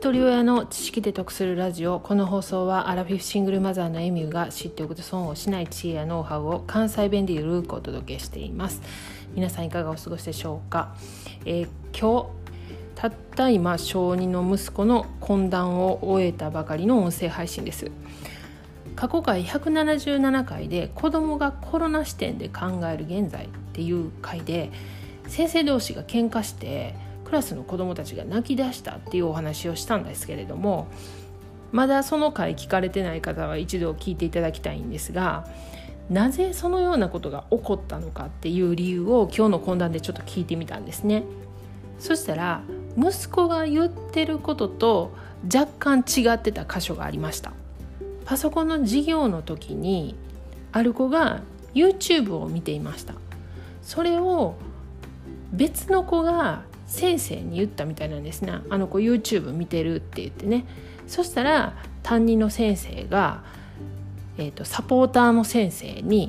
一人親の知識で得するラジオ。この放送はアラフィフシングルマザーのエミューが知っておくと損をしない知恵やノウハウを関西弁でゆるくお届けしています。皆さんいかがお過ごしでしょうか。今日たった今小2の息子の懇談を終えたばかりの音声配信です。過去回177回で子どもがコロナ視点で考える現在っていう回で、先生同士が喧嘩してクラスの子どもたちが泣き出したっていうお話をしたんですけれども、まだその回聞かれてない方は一度聞いていただきたいんですが、なぜそのようなことが起こったのかっていう理由を今日の懇談でちょっと聞いてみたんですね。そしたら息子が言ってることと若干違ってた箇所がありました。パソコンの授業の時にある子が YouTube を見ていました。それを別の子が先生に言ったみたいなんですね。あの子 YouTube 見てるって言ってね。そしたら担任の先生が、サポーターの先生に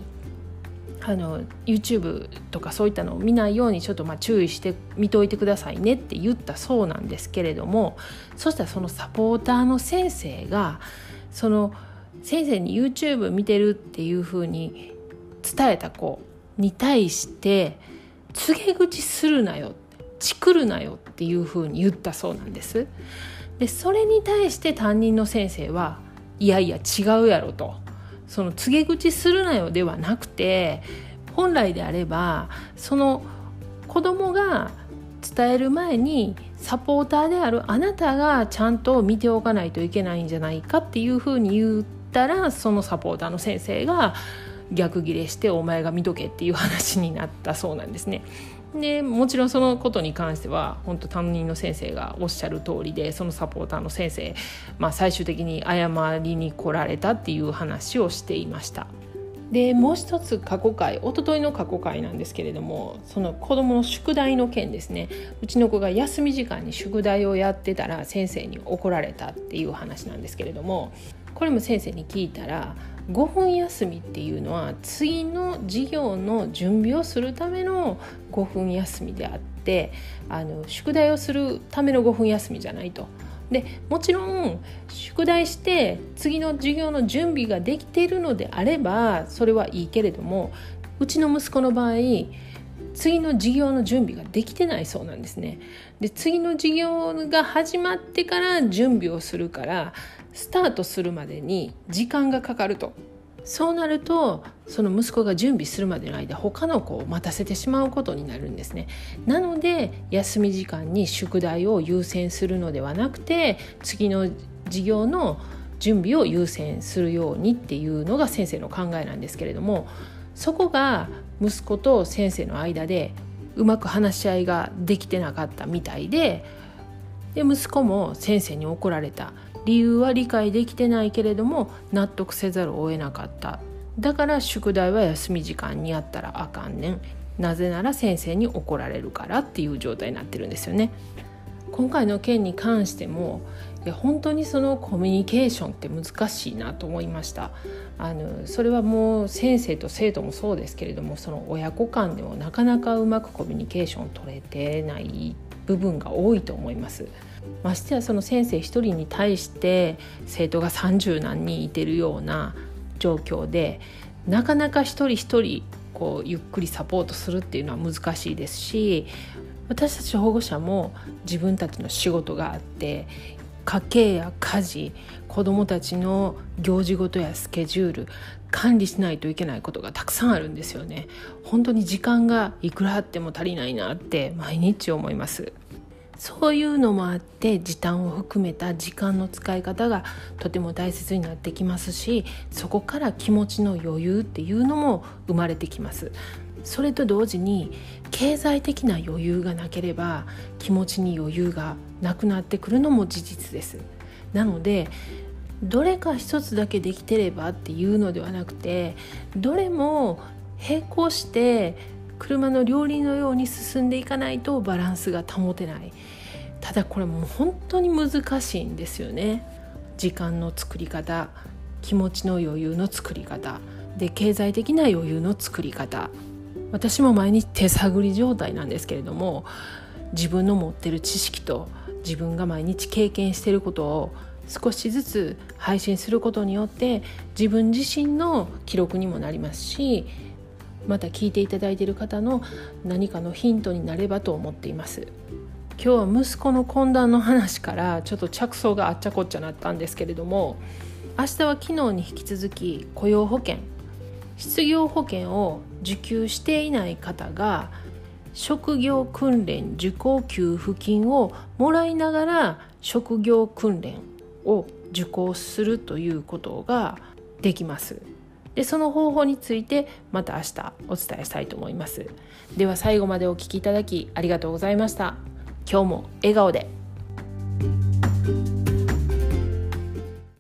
YouTube とかそういったのを見ないようにちょっと注意して見といてくださいねって言ったそうなんですけれども、そしたらそのサポーターの先生がその先生に YouTube 見てるっていう風に伝えた子に対して告げ口するなよ、チクるなよっていう風に言ったそうなんです。でそれに対して担任の先生はいやいや違うやろと、その告げ口するなよではなくて、本来であればその子供が伝える前にサポーターであるあなたがちゃんと見ておかないといけないんじゃないかっていうふうに言ったら、そのサポーターの先生が逆ギレしてお前が見とけっていう話になったそうなんですね。でもちろんそのことに関しては本当担任の先生がおっしゃる通りで、そのサポーターの先生、最終的に謝りに来られたっていう話をしていました。でもう一つ過去回、一昨日の過去回なんですけれども、その子どもの宿題の件ですね。うちの子が休み時間に宿題をやってたら先生に怒られたっていう話なんですけれども、これも先生に聞いたら、5分休みっていうのは次の授業の準備をするための5分休みであって、宿題をするための5分休みじゃないと。でもちろん宿題して次の授業の準備ができているのであればそれはいいけれども、うちの息子の場合次の授業の準備ができてないそうなんですね。で次の授業が始まってから準備をするから、スタートするまでに時間がかかると。そうなるとその息子が準備するまでの間他の子を待たせてしまうことになるんですね。なので休み時間に宿題を優先するのではなくて、次の授業の準備を優先するようにっていうのが先生の考えなんですけれども、そこが息子と先生の間でうまく話し合いができてなかったみたいで、息子も先生に怒られた理由は理解できてないけれども納得せざるを得なかった。だから宿題は休み時間にやったらあかんねん。なぜなら先生に怒られるからっていう状態になってるんですよね。今回の件に関しても本当にそのコミュニケーションって難しいなと思いました。それはもう先生と生徒もそうですけれども、その親子間でもなかなかうまくコミュニケーション取れてない部分が多いと思います。ましてやその先生一人に対して生徒が30何人いてるような状況で、なかなか一人一人ゆっくりサポートするっていうのは難しいですし、私たち保護者も自分たちの仕事があって、家計や家事、子どもたちの行事ごとやスケジュール管理しないといけないことがたくさんあるんですよね。本当に時間がいくらあっても足りないなって毎日思います。そういうのもあって時短を含めた時間の使い方がとても大切になってきますし、そこから気持ちの余裕っていうのも生まれてきます。それと同時に経済的な余裕がなければ気持ちに余裕がなくなってくるのも事実です。なのでどれか一つだけできてればっていうのではなくて、どれも並行して車の両輪のように進んでいかないとバランスが保てない。ただこれもう本当に難しいんですよね。時間の作り方、気持ちの余裕の作り方で、経済的な余裕の作り方、私も毎日手探り状態なんですけれども、自分の持ってる知識と自分が毎日経験していることを少しずつ配信することによって自分自身の記録にもなりますし、また聞いていただいている方の何かのヒントになればと思っています。今日は息子の懇談の話からちょっと着想があっちゃこっちゃなったんですけれども、明日は昨日に引き続き雇用保険、失業保険を受給していない方が職業訓練受講給付金をもらいながら職業訓練を受講するということができます。でその方法についてまた明日お伝えしたいと思います。では最後までお聞きいただきありがとうございました。今日も笑顔で。